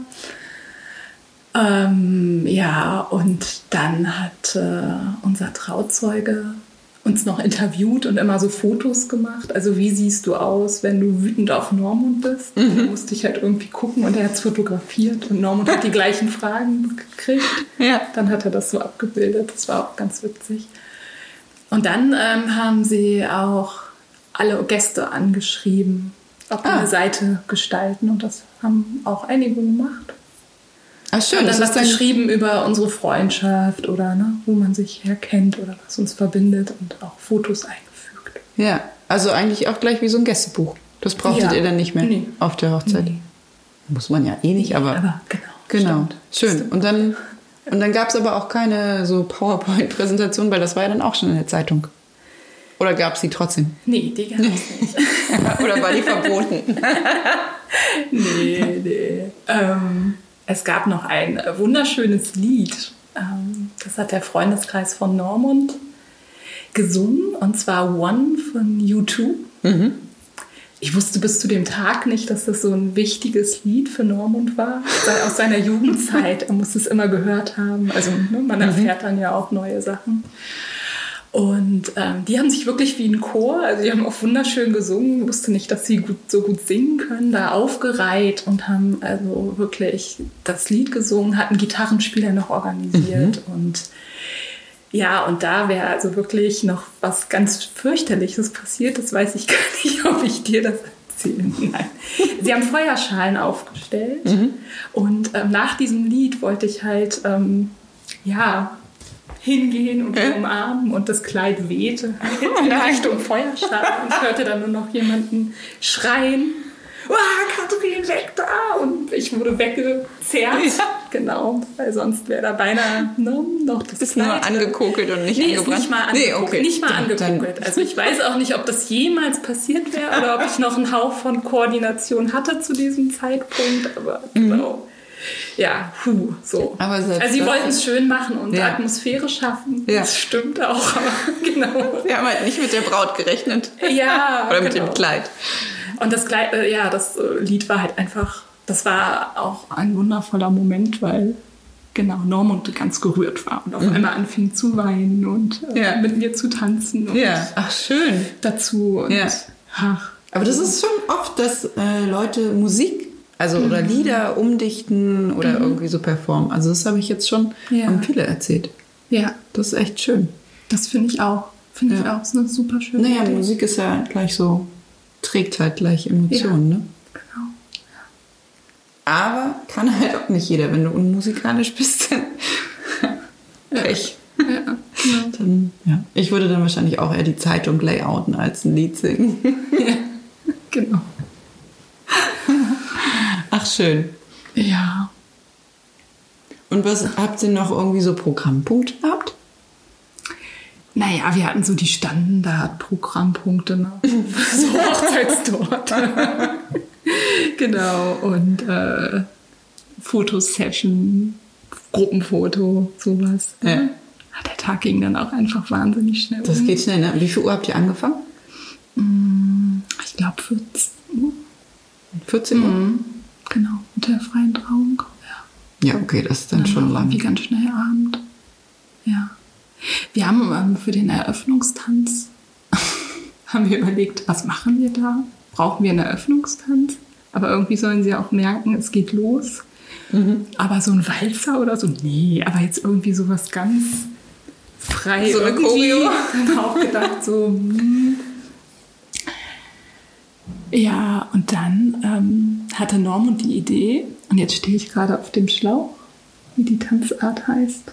Ähm, ja, und dann hat äh, unser Trauzeuge uns noch interviewt und immer so Fotos gemacht. Also wie siehst du aus, wenn du wütend auf Normund bist? Mhm. Da musste ich halt irgendwie gucken und er hat es fotografiert und Normund hat die gleichen Fragen gekriegt. Ja. Dann hat er das so abgebildet. Das war auch ganz witzig. Und dann ähm, haben sie auch alle Gäste angeschrieben, ob wir Ah. eine Seite gestalten und das haben auch einige gemacht. Ach schön, Und das dann ist was dann geschrieben über unsere Freundschaft oder ne, wo man sich herkennt oder was uns verbindet und auch Fotos eingefügt. Ja, also eigentlich auch gleich wie so ein Gästebuch. Das brauchtet Ja. ihr dann nicht mehr Nee. auf der Hochzeit. Nee. Muss man ja eh nicht, aber, Aber genau. genau, stimmt. schön. Stimmt. Und dann, und dann gab es aber auch keine so PowerPoint-Präsentation, weil das war ja dann auch schon in der Zeitung. Oder gab es die trotzdem? Nee, die gab es nicht. Oder war die verboten? nee, nee. Ähm, es gab noch ein äh, wunderschönes Lied. Ähm, das hat der Freundeskreis von Normund gesungen. Und zwar One von U zwei. Mhm. Ich wusste bis zu dem Tag nicht, dass das so ein wichtiges Lied für Normund war. Sei- Aus seiner Jugendzeit. Er muss es immer gehört haben. Also ne, man erfährt dann ja auch neue Sachen. Und ähm, die haben sich wirklich wie ein Chor, also die haben auch wunderschön gesungen, wusste nicht, dass sie gut, so gut singen können, da aufgereiht und haben also wirklich das Lied gesungen, hatten Gitarrenspieler noch organisiert und ja, und da wäre also wirklich noch was ganz fürchterliches passiert, das weiß ich gar nicht, ob ich dir das erzähle. Nein. Sie haben Feuerschalen aufgestellt und ähm, nach diesem Lied wollte ich halt, ähm, ja, hingehen und Äh? umarmen und das Kleid wehte in nein. Richtung Feuerschale und ich hörte dann nur noch jemanden schreien, ah, Katrin, weg da! Und ich wurde weggezerrt, Ja. genau, weil sonst wäre da beinahe ne, noch das Ist nur Kleid. angekokelt und nicht Nee, ist angebrannt? nicht mal Nee, angekokelt. okay. Nicht mal Dann- dann- angekokelt. Also ich weiß auch nicht, ob das jemals passiert wäre oder ob ich noch einen Hauch von Koordination hatte zu diesem Zeitpunkt. Aber genau. Ja, puh, so. Aber selbst also sie das- wollten es schön machen und Ja. Atmosphäre schaffen. Ja. Das stimmt auch, aber genau. Wir haben halt nicht mit der Braut gerechnet. Ja, Oder mit genau. dem Kleid. Und das Kleid, äh, ja, das äh, Lied war halt einfach, das war auch ein wundervoller Moment, weil genau, Normund ganz gerührt war und auf mhm. einmal anfing zu weinen und äh, ja. mit mir zu tanzen. Und ja, ach schön. Dazu. Und, ja. ach, aber das ist schon oft, dass äh, Leute Musik, also mhm. oder Lieder umdichten oder mhm. irgendwie so performen. Also das habe ich jetzt schon, ja. haben viele erzählt. Ja. Das ist echt schön. Das finde ich auch. Finde ja. ich auch. Das ist eine super schöne Naja, Idee. Musik ist ja gleich so, trägt halt gleich Emotionen, ja. ne? Genau. Aber kann halt auch nicht jeder. Wenn du unmusikalisch bist, dann Pech. Ja, ja, genau. Dann, ja. Ich würde dann wahrscheinlich auch eher die Zeitung layouten als ein Lied singen. Ja, genau. Ach, schön. Ja. Und was habt ihr noch irgendwie so Programmpunkte gehabt? Naja, wir hatten so die Standardprogrammpunkte, ne? So Hochzeitstorte. Genau, und äh, Fotosession, Gruppenfoto, sowas. Ja. Der Tag ging dann auch einfach wahnsinnig schnell. Das um. geht schnell, ne? Wie viel Uhr habt ihr angefangen? Ich glaube vierzehn Uhr. vierzehn Uhr? Mhm. Genau, mit der freien Trauung. Ja, ja okay, das ist dann, dann schon lang. Wie ganz schnell Abend. Ja. Wir haben ähm, für den Eröffnungstanz haben wir überlegt, was machen wir da? Brauchen wir einen Eröffnungstanz? Aber irgendwie sollen sie auch merken, es geht los. Mhm. Aber so ein Walzer oder so, nee, aber jetzt irgendwie sowas ganz frei. So eine Choreo. Haben wir auch gedacht, so, hm. Ja, und dann ähm, hatte Normund die Idee, und jetzt stehe ich gerade auf dem Schlauch, wie die Tanzart heißt.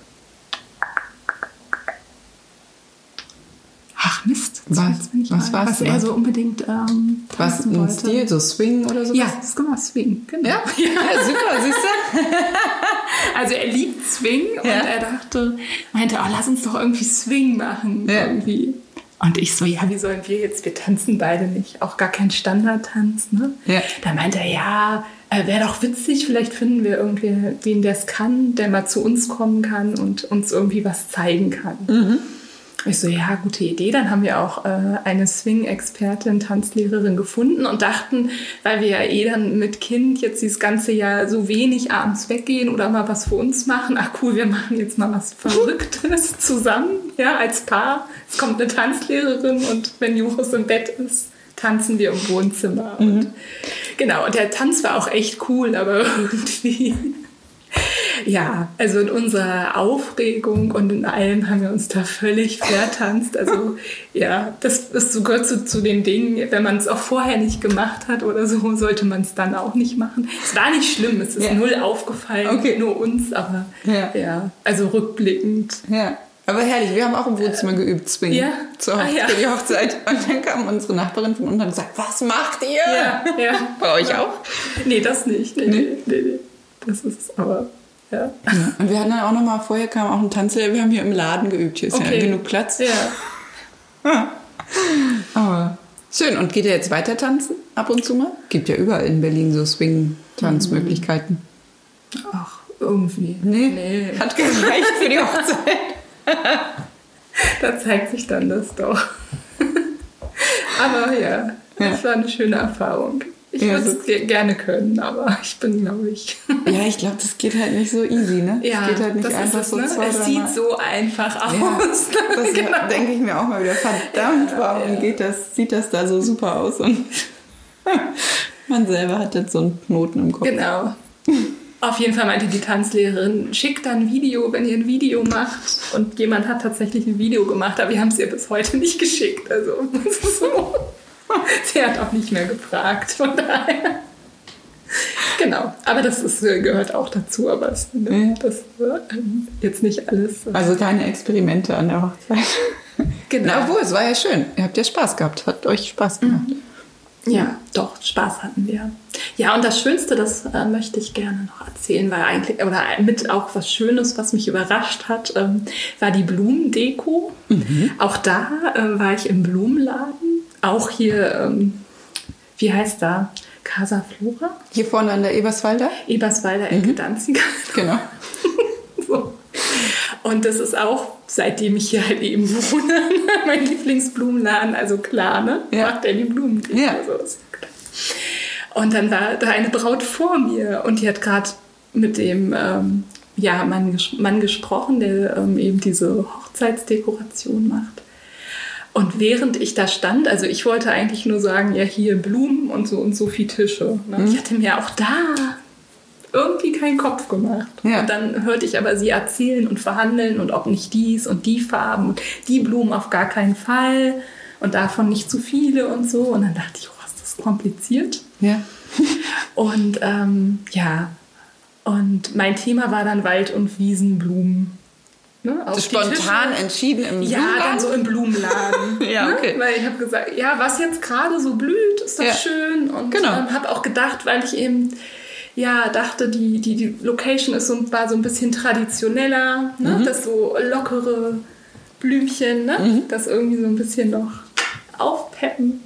Ach Mist. Was, was war Was er so unbedingt ähm, was ein wollte. Stil, so Swing oder so? Ja, das war Swing, genau. Ja, ja super, siehst du? Also er liebt Swing ja. und er dachte, meinte, oh, lass uns doch irgendwie Swing machen. Ja. Irgendwie. Und ich so, ja, wie sollen wir jetzt, wir tanzen beide nicht, auch gar kein Standardtanz, ne? Ja. Da meinte er, ja, äh, wäre doch witzig, vielleicht finden wir irgendwen, der es kann, der mal zu uns kommen kann und uns irgendwie was zeigen kann. Mhm. Ich so, ja, gute Idee. Dann haben wir auch äh, eine Swing-Expertin, Tanzlehrerin gefunden und dachten, weil wir ja eh dann mit Kind jetzt dieses ganze Jahr so wenig abends weggehen oder mal was für uns machen. Ach cool, wir machen jetzt mal was Verrücktes zusammen, ja, als Paar. Es kommt eine Tanzlehrerin und wenn Juris im Bett ist, tanzen wir im Wohnzimmer. Mhm. Und, genau, und der Tanz war auch echt cool, aber irgendwie... Ja, also in unserer Aufregung und in allem haben wir uns da völlig vertanzt. Also ja, das ist so, gehört so zu den Dingen, wenn man es auch vorher nicht gemacht hat oder so, sollte man es dann auch nicht machen. Es war nicht schlimm, es ist ja. null aufgefallen, okay. nur uns, aber ja. ja, also rückblickend. Ja. Aber herrlich, wir haben auch im Wohnzimmer äh, geübt, Swing ja. zur Hoch- ah, ja. für die Hochzeit. Und dann kam unsere Nachbarin von unten und hat gesagt, was macht ihr? Ja, ja. Bei euch auch? Nee, das nicht. Nee, nee, nee, nee. Das ist aber... Ja. Ja. Und wir hatten dann auch noch mal, vorher kam auch ein Tanzlehrer, wir haben hier im Laden geübt, hier ist okay. ja genug Platz. Ja. Aber schön. Und geht ihr jetzt weiter tanzen ab und zu mal? Gibt ja überall in Berlin so Swing-Tanzmöglichkeiten. Ach, irgendwie. Nee, nee. Hat gereicht für die Hochzeit. Da zeigt sich dann das doch. Aber ja, das ja. war eine schöne Erfahrung. Ich ja, würde es so gerne können, aber ich bin, glaube ich... Ja, ich glaube, das geht halt nicht so easy, ne? Ja, das geht halt nicht das einfach ist es, so ne? zwei, Es sieht mal. so einfach aus. Ja, das genau. denke ich mir auch mal wieder. Verdammt, ja, warum ja. geht das, sieht das da so super aus? Und man selber hat jetzt so einen Knoten im Kopf. Genau. Auf jeden Fall meinte die Tanzlehrerin, schickt dann ein Video, wenn ihr ein Video macht. Und jemand hat tatsächlich ein Video gemacht, aber wir haben es ihr bis heute nicht geschickt. Also, das ist so... Sie hat auch nicht mehr gefragt, von daher. Genau, aber das ist, gehört auch dazu, aber es, ne, das ähm, jetzt nicht alles. Also keine Experimente an der Hochzeit. Genau. Na, obwohl, es war ja schön. Ihr habt ja Spaß gehabt. Hat euch Spaß gemacht. Mhm. Ja, doch, Spaß hatten wir. Ja, und das Schönste, das äh, möchte ich gerne noch erzählen, weil eigentlich, oder mit auch was Schönes, was mich überrascht hat, ähm, war die Blumendeko. Mhm. Auch da äh, war ich im Blumenladen. Auch hier, ähm, wie heißt da? Casa Flora? Hier vorne an der Eberswalder? Eberswalder, Ecke mhm. Danziger. Genau. So. Und das ist auch, seitdem ich hier halt eben wohne, mein Lieblingsblumenladen. Also klar, ne? Ja. Macht er die Blumen. Ja. Also, ist klar. Und dann war da eine Braut vor mir und die hat gerade mit dem... Ähm, ja, Mann, ges- Mann gesprochen, der ähm, eben diese Hochzeitsdekoration macht. Und während ich da stand, also ich wollte eigentlich nur sagen, ja, hier Blumen und so und so viel Tische. Ne? Mhm. Ich hatte mir auch da irgendwie keinen Kopf gemacht. Ja. Und dann hörte ich aber sie erzählen und verhandeln und ob nicht dies und die Farben und die Blumen auf gar keinen Fall und davon nicht zu viele und so. Und dann dachte ich, oh, ist das kompliziert. Ja. Und ähm, ja, und mein Thema war dann Wald- und Wiesenblumen. Ne, spontan entschieden im ja, Blumenladen? Ja, dann so im Blumenladen. Ja, okay. Ne? Weil ich habe gesagt, ja, was jetzt gerade so blüht, ist doch ja. schön. Und genau. ähm, habe auch gedacht, weil ich eben ja dachte, die, die, die Location ist so, war so ein bisschen traditioneller. Ne? Mhm. Das so lockere Blümchen, ne? Mhm. Das irgendwie so ein bisschen noch aufpeppen.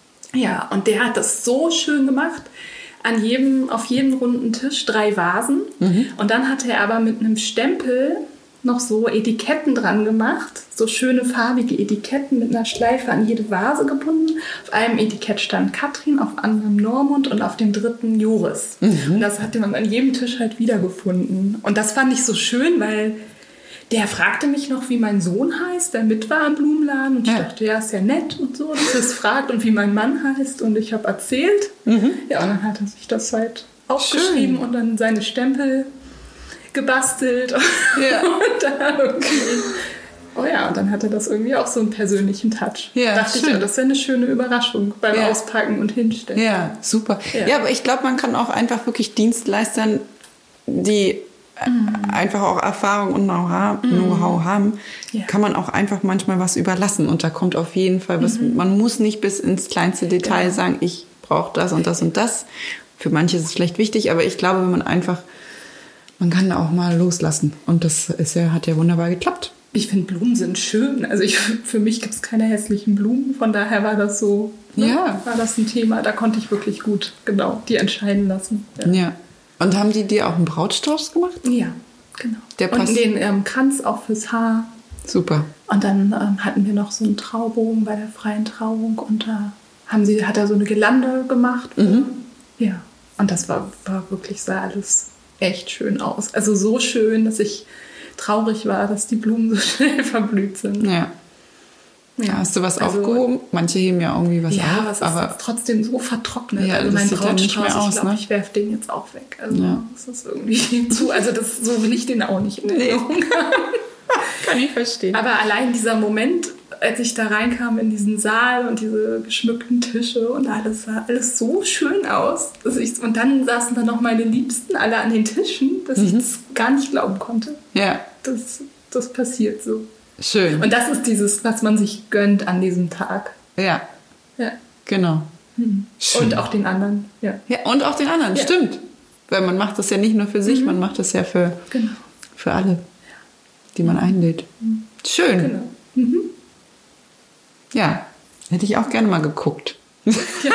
Ja, und der hat das so schön gemacht. An jedem, auf jedem runden Tisch drei Vasen. Mhm. Und dann hat er aber mit einem Stempel noch so Etiketten dran gemacht, so schöne farbige Etiketten mit einer Schleife an jede Vase gebunden. Auf einem Etikett stand Katrin, auf anderem Normund und auf dem dritten Joris. Mhm. Und das hatte man an jedem Tisch halt wiedergefunden. Und das fand ich so schön, weil der fragte mich noch, wie mein Sohn heißt, der mit war im Blumenladen. Und ich ja. dachte, ja, ist ja nett und so, dass er es fragt und wie mein Mann heißt. Und ich habe erzählt. Mhm. Ja, und dann hat er sich das halt aufgeschrieben schön. Und dann seine Stempel gebastelt ja. und dann irgendwie, oh ja, und dann hatte das irgendwie auch so einen persönlichen Touch. Ja, dachte schön. ich, ja, das ist ja eine schöne Überraschung beim ja. Auspacken und Hinstellen. Ja, super. Ja, ja aber ich glaube, man kann auch einfach wirklich Dienstleistern, die mhm. einfach auch Erfahrung und Know-how, mhm. Know-how haben, ja. kann man auch einfach manchmal was überlassen und da kommt auf jeden Fall was, mhm. man muss nicht bis ins kleinste Detail genau. sagen, ich brauche das und das und das. Für manche ist es vielleicht wichtig, aber ich glaube, wenn man einfach man kann auch mal loslassen. Und das ist ja, hat ja wunderbar geklappt. Ich finde, Blumen sind schön. Also ich, für mich gibt es keine hässlichen Blumen. Von daher war das so, ne, ja. war das ein Thema. Da konnte ich wirklich gut, genau, die entscheiden lassen. Ja. ja. Und haben die dir auch einen Brautstrauß gemacht? Ja, genau. Der passt. Und den ähm, Kranz auch fürs Haar. Super. Und dann ähm, hatten wir noch so einen Traubogen bei der freien Trauung. Und da haben sie, hat er so eine Girlande gemacht. Mhm. Ja. Und das war, war wirklich, sah alles echt schön aus. Also so schön, dass ich traurig war, dass die Blumen so schnell verblüht sind. Ja. Ja. Hast du was also, aufgehoben? Manche heben ja irgendwie was ja, auf. Ja, aber es ist trotzdem so vertrocknet. Ja, also mein Brautstrauß, nicht mehr aus, ich glaube, ne? ich werfe den jetzt auch weg. Also ja. das ist irgendwie zu, also das, so will ich den auch nicht in Erinnerung nee. haben. Kann ich verstehen. Aber allein dieser Moment, als ich da reinkam in diesen Saal und diese geschmückten Tische und alles sah alles so schön aus. Dass ich, und dann saßen da noch meine Liebsten alle an den Tischen, dass mhm. ich das gar nicht glauben konnte. Ja. Das, das passiert so. Schön. Und das ist dieses, was man sich gönnt an diesem Tag. Ja. Ja. Genau. Mhm. Und auch den anderen. Ja. Ja, und auch den anderen, ja. Stimmt. Weil man macht das ja nicht nur für sich, mhm. man macht das ja für, genau. für alle, die man einlädt. Mhm. Schön. Genau. Mhm. Ja, hätte ich auch gerne mal geguckt. Ja.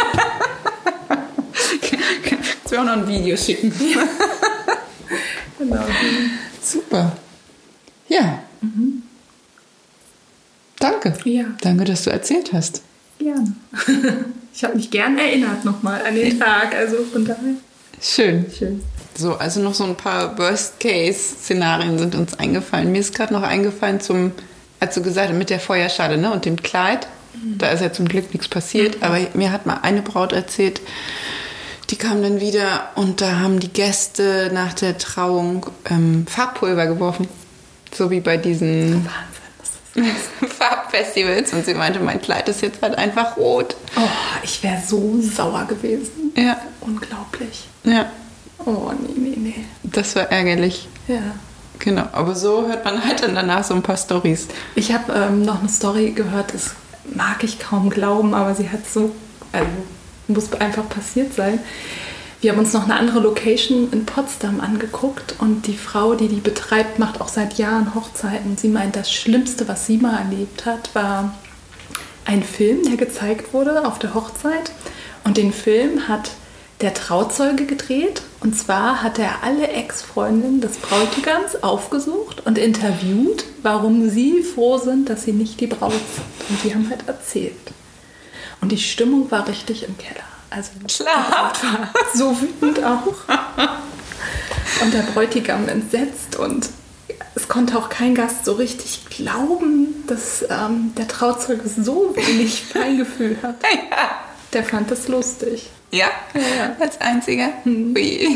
Kannst du auch noch ein Video schicken. Ja. Genau. Super. Ja. Mhm. Danke. Ja. Danke, dass du erzählt hast. Gerne. Ich habe mich gern erinnert nochmal an den Tag. Also von daher. Schön. Schön. So, also noch so ein paar Worst-Case-Szenarien sind uns eingefallen. Mir ist gerade noch eingefallen zum... Als du gesagt hast, mit der Feuerschale, ne, und dem Kleid, mhm. da ist ja zum Glück nichts passiert, mhm. aber mir hat mal eine Braut erzählt, die kam dann wieder und da haben die Gäste nach der Trauung ähm, Farbpulver geworfen, so wie bei diesen Farbfestivals und sie meinte, mein Kleid ist jetzt halt einfach rot. Oh, ich wäre so sauer gewesen. Ja. Unglaublich. Ja. Oh, nee, nee, nee. Das war ärgerlich. Ja. Genau, aber so hört man halt dann danach so ein paar Storys. Ich habe ähm, noch eine Story gehört, das mag ich kaum glauben, aber sie hat so, also muss einfach passiert sein. Wir haben uns noch eine andere Location in Potsdam angeguckt und die Frau, die die betreibt, macht auch seit Jahren Hochzeiten. Sie meint, das Schlimmste, was sie mal erlebt hat, war ein Film, der gezeigt wurde auf der Hochzeit. Und den Film hat der Trauzeuge gedreht. Und zwar hat er alle Ex-Freundinnen des Bräutigams aufgesucht und interviewt, warum sie froh sind, dass sie nicht die Braut sind. Und die haben halt erzählt. Und die Stimmung war richtig im Keller. Also klar, war so wütend auch. Und der Bräutigam entsetzt und es konnte auch kein Gast so richtig glauben, dass ähm, der Trauzeuge so wenig Feingefühl hat. Ja. Der fand das lustig. Ja, Ja, ja. als einziger. Hm. Ui.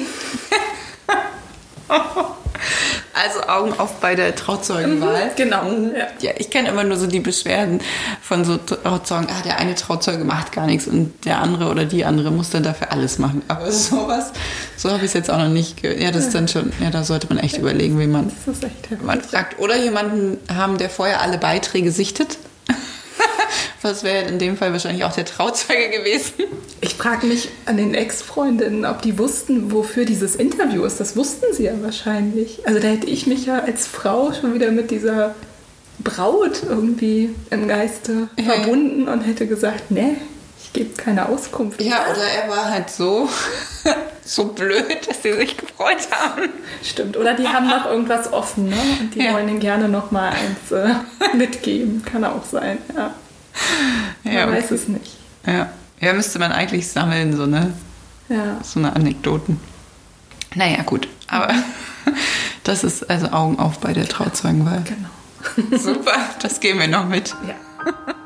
Also Augen auf bei der Trauzeugenwahl. Mhm, genau. Ja. Ja, ich kenne immer nur so die Beschwerden von so Trauzeugen, ah, der eine Trauzeuge macht gar nichts und der andere oder die andere muss dann dafür alles machen. Aber sowas, so habe ich es jetzt auch noch nicht gehört. Ja, das ist dann schon, ja, da sollte man echt überlegen, wie man, Das ist echt heftig. man fragt. Oder jemanden haben, der vorher alle Beiträge sichtet. Das wäre in dem Fall wahrscheinlich auch der Trauzeuge gewesen. Ich frage mich an den Ex-Freundinnen, ob die wussten, wofür dieses Interview ist. Das wussten sie ja wahrscheinlich. Also da hätte ich mich ja als Frau schon wieder mit dieser Braut irgendwie im Geiste Ja. verbunden und hätte gesagt, nee, ich gebe keine Auskunft. Ja, oder er war halt so, so blöd, dass sie sich gefreut haben. Stimmt. Oder die haben noch irgendwas offen, ne? Und die Ja. wollen ihnen gerne noch mal eins äh, mitgeben. Kann auch sein, ja. Man Ja, weiß okay. es nicht. Ja. Ja, müsste man eigentlich sammeln, so eine, Ja. so eine Anekdoten. Naja, gut. Aber das ist also Augen auf bei der Trauzeugenwahl. Genau. Super, das geben wir noch mit. Ja.